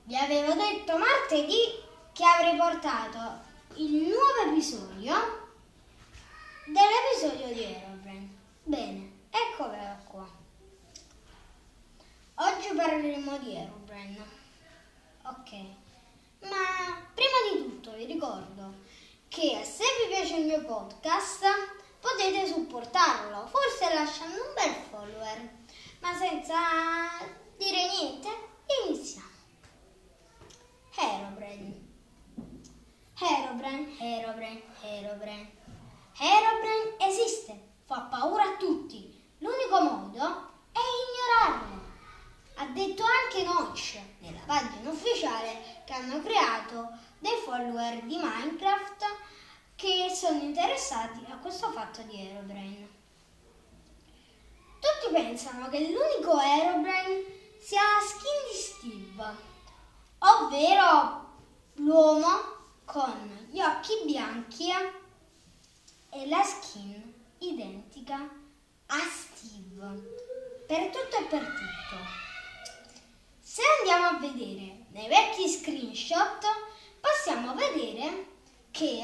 Vi avevo detto martedì che avrei portato il nuovo episodio dell'episodio di Herobrine. Bene, eccolo qua. Oggi parleremo di Herobrine. Ok, ma prima di tutto vi ricordo che se vi piace il mio podcast potete supportarlo, forse lasciando un bel follower, ma senza dire niente, iniziamo. Herobrine esiste, fa paura a tutti. L'unico modo è ignorarlo. Ha detto anche Notch nella pagina ufficiale che hanno creato dei follower di Minecraft che sono interessati a questo fatto di Herobrine. Tutti pensano che l'unico Herobrine sia la skin di Steve, ovvero l'uomo con gli occhi bianchi e la skin identica a Steve, per tutto e per tutto. Se andiamo a vedere nei vecchi screenshot, possiamo vedere che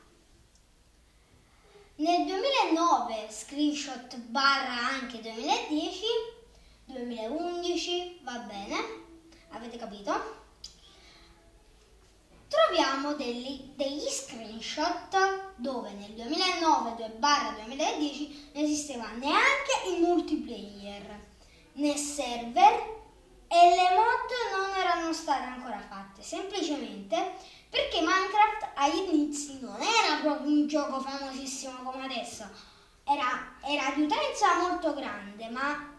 nel 2009, screenshot barra anche 2010, 2011, va bene, avete capito? Troviamo degli screenshot dove nel 2009 barra 2010 non esisteva neanche il multiplayer né server e le mod non erano state ancora fatte, semplicemente perché Minecraft agli inizi non era proprio un gioco famosissimo come adesso, era di utenza molto grande, ma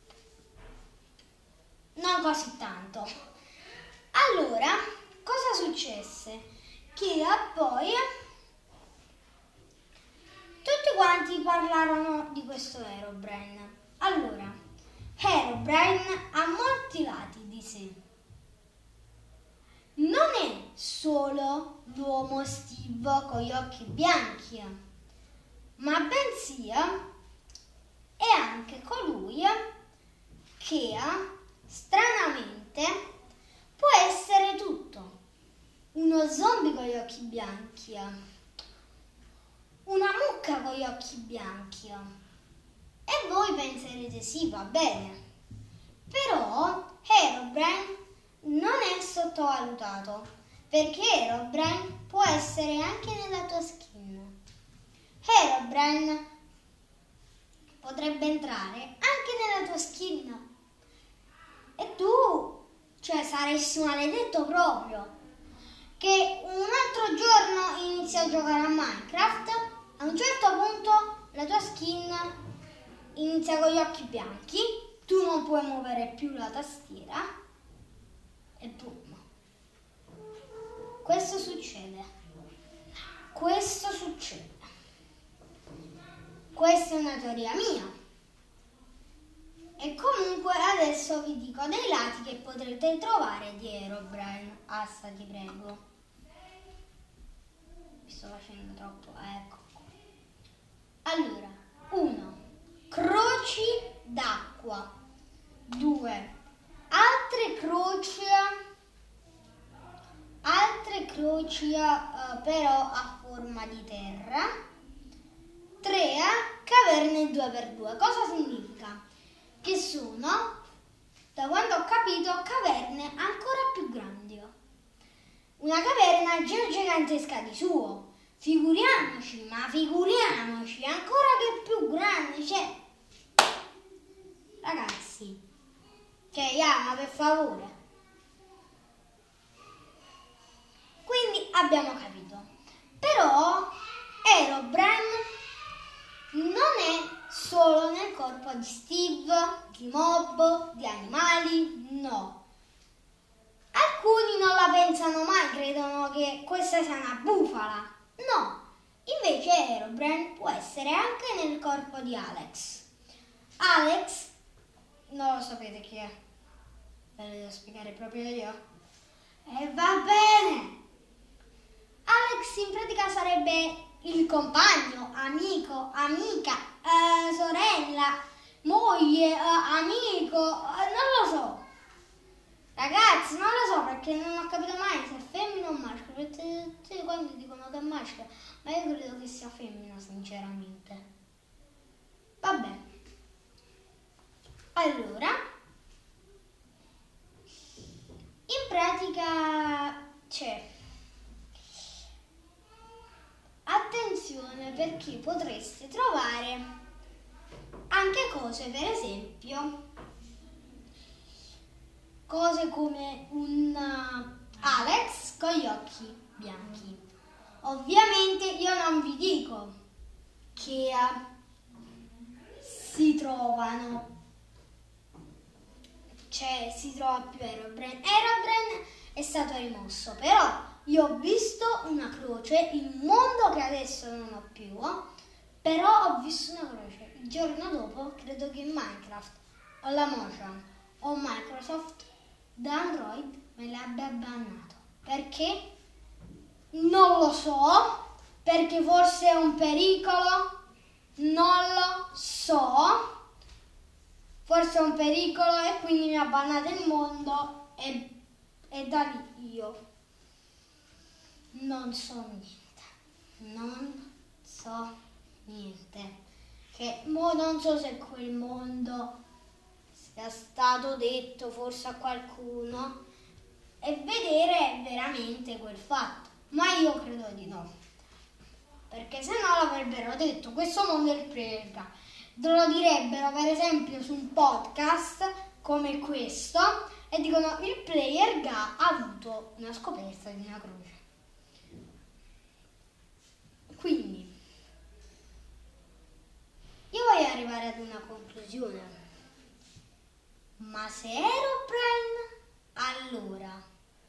non così tanto. Allora, cosa successe? Che poi tutti quanti parlarono di questo Herobrine. Allora, Herobrine ha molti lati di sé. Non è solo l'uomo Steve con gli occhi bianchi, ma bensì è anche colui che stranamente può essere tutto. Uno zombie con gli occhi bianchi, una mucca con gli occhi bianchi. E voi penserete sì, va bene. Però Herobrine non è sottovalutato, perché Herobrine può essere anche nella tua skin. Herobrine potrebbe entrare anche nella tua skin. E tu, saresti maledetto proprio. Che un altro giorno inizi a giocare a Minecraft, a un certo punto la tua skin inizia con gli occhi bianchi, tu non puoi muovere più la tastiera e boom. Questo succede. Questa è una teoria mia. E comunque adesso vi dico dei lati che potrete trovare di Herobrine. Asta, ti prego. Mi sto facendo troppo, ecco. Allora, 1. Croci d'acqua. 2. Altre croci però a forma di terra. 3. Caverne 2x2. Cosa significa? Che sono, da quando ho capito, caverne ancora più grandi. Una caverna già gigantesca di suo. Figuriamoci, ancora che più grande, ragazzi, ma per favore. Quindi abbiamo capito. Però Herobrine non è solo nel corpo di Steve, di mob, di animali, no. Alcuni non la pensano mai, credono che questa sia una bufala. No, invece Herobrine può essere anche nel corpo di Alex. Alex, non lo sapete chi è? Ve lo devo spiegare proprio io. E va bene! Alex in pratica sarebbe il compagno, amico, amica, sorella, moglie, amico, non lo so. Ragazzi, non lo so perché non ho capito mai se è femmina o maschio. Perché tutti quanti dicono che è maschio, ma io credo che sia femmina, sinceramente. Vabbè. Allora, in pratica c'è. Attenzione perché potreste trovare anche cose, per esempio, cose come un Alex con gli occhi bianchi. Ovviamente io non vi dico che si trovano, cioè si trova più Herobrine. Herobrine è stato rimosso, però io ho visto una croce in un mondo che adesso non ho più, però ho visto una croce. Il giorno dopo credo che in Minecraft o la Mojang o Microsoft da Android me l'abbia bannato. Perché? Non lo so, perché forse è un pericolo, non lo so. Forse è un pericolo e quindi mi ha bannato il mondo e da lì io non so niente. Che non so se quel mondo sia stato detto forse a qualcuno e vedere veramente quel fatto, ma io credo di no, perché se no l'avrebbero detto. Questo mondo è il prega. Lo direbbero per esempio su un podcast come questo e dicono il player Ga ha avuto una scoperta di una croce. Quindi io voglio arrivare ad una conclusione. Ma se Herobrine, allora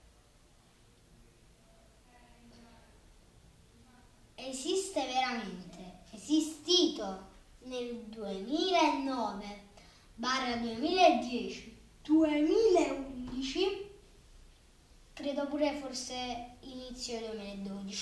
esiste veramente, esistito nel 2009/2010, 2011, credo pure forse inizio 2012,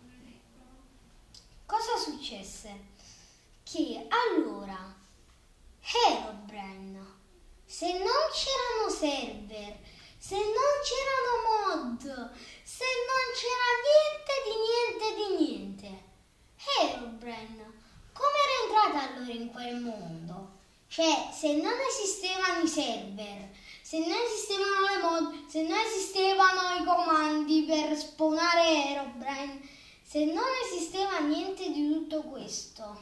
cosa successe? Che allora Herobrine, se non c'erano server, se non c'erano mod, se non c'era niente, Herobrine come era entrata allora in quel mondo? Cioè, se non esistevano i server, se non esistevano le mod, se non esistevano i comandi per spawnare Herobrine, se non esisteva niente di tutto questo,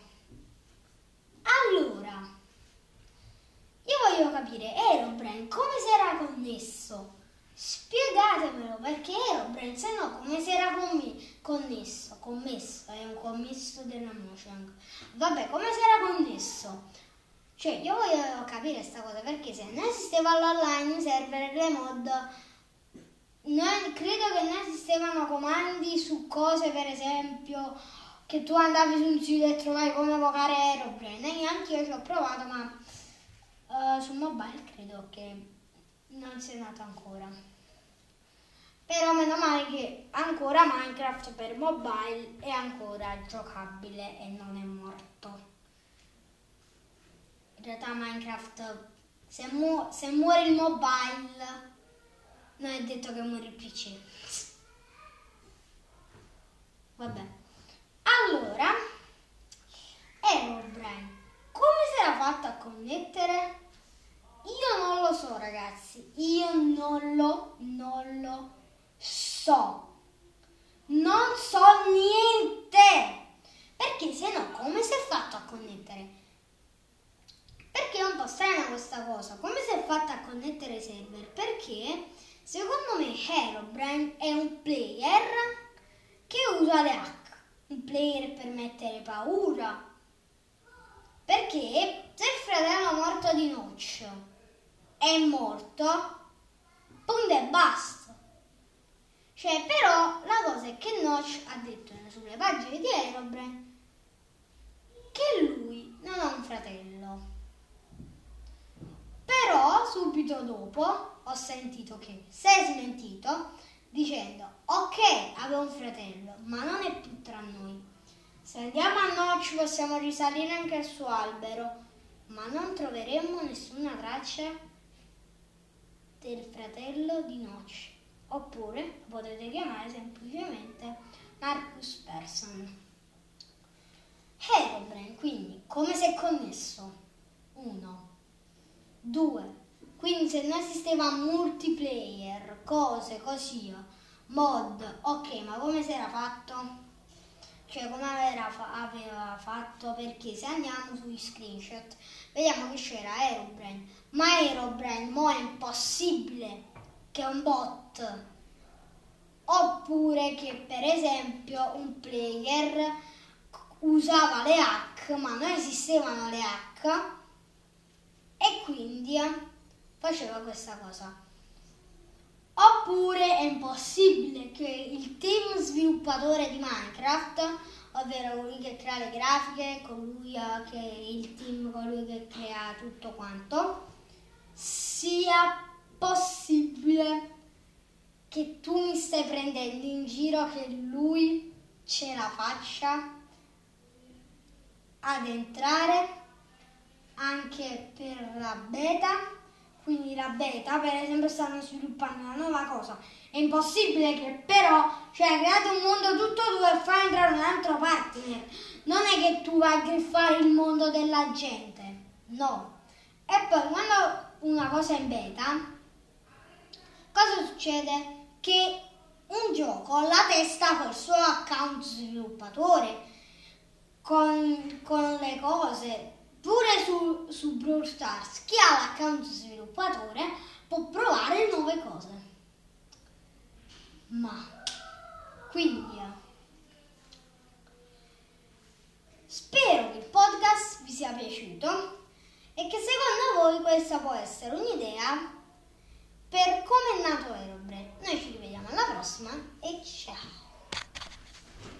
allora io voglio capire Herobrine come si era connesso. Spiegatemelo, perché Herobrine se no come si era commesso, è un commesso della Mojang. Vabbè, come si era connesso? Cioè, io voglio capire questa cosa, perché se non esisteva l'online, i server, le mod, credo che non esistevano comandi su cose, per esempio, che tu andavi su un sito e trovavi come evocare Herobrine. Neanche io ci ho provato, ma su mobile credo che non sia nato ancora. Però meno male che ancora Minecraft per mobile è ancora giocabile e non è morto. In realtà Minecraft, se muore il mobile, non è detto che muore il PC. Vabbè. Allora, Herobrine, come si era fatto a connettere? Io non lo so, ragazzi. Io non lo so. Non so niente. Perché se no, come si è fatto a connettere? Perché è un po' strana questa cosa. Come si è fatta a connettere i server? Perché secondo me Herobrine è un player che usa le hack. Un player per mettere paura. Perché se il fratello morto di Notch è morto, punto e basta. Cioè, però la cosa è che Notch ha detto sulle pagine di Herobrine che lui non ha un fratello. Però subito dopo ho sentito che si è smentito dicendo ok, avevo un fratello, ma non è più tra noi. Se andiamo a Notch possiamo risalire anche al suo albero, ma non troveremo nessuna traccia del fratello di Notch, oppure lo potete chiamare semplicemente Marcus Persson. Herobrine quindi come si è connesso? 1, 2, quindi se non esisteva multiplayer, cose così, mod, ok, ma come si era fatto? Cioè come aveva fatto? Perché se andiamo sui screenshot vediamo che c'era Herobrine, ma Herobrine mo è impossibile che è un bot, oppure che per esempio un player usava le hack ma non esistevano le hack e quindi faceva questa cosa. Oppure è impossibile che il team sviluppatore di Minecraft, ovvero colui che crea le grafiche, colui che è il team, colui che crea tutto quanto, sia possibile che tu mi stai prendendo in giro, che lui ce la faccia ad entrare anche per la beta. Quindi la beta, per esempio, stanno sviluppando una nuova cosa. È impossibile che però, cioè, create un mondo tutto tuo e fai entrare un altro partner. Non è che tu vai a griffare il mondo della gente. No. E poi quando una cosa è in beta, cosa succede? Che un gioco la testa col suo account sviluppatore, con le cose. Pure su Brawl Stars, chi ha l'account sviluppatore può provare nuove cose. Ma quindi spero che il podcast vi sia piaciuto e che secondo voi questa può essere un'idea per come è nato Herobrine. Noi ci rivediamo alla prossima e ciao!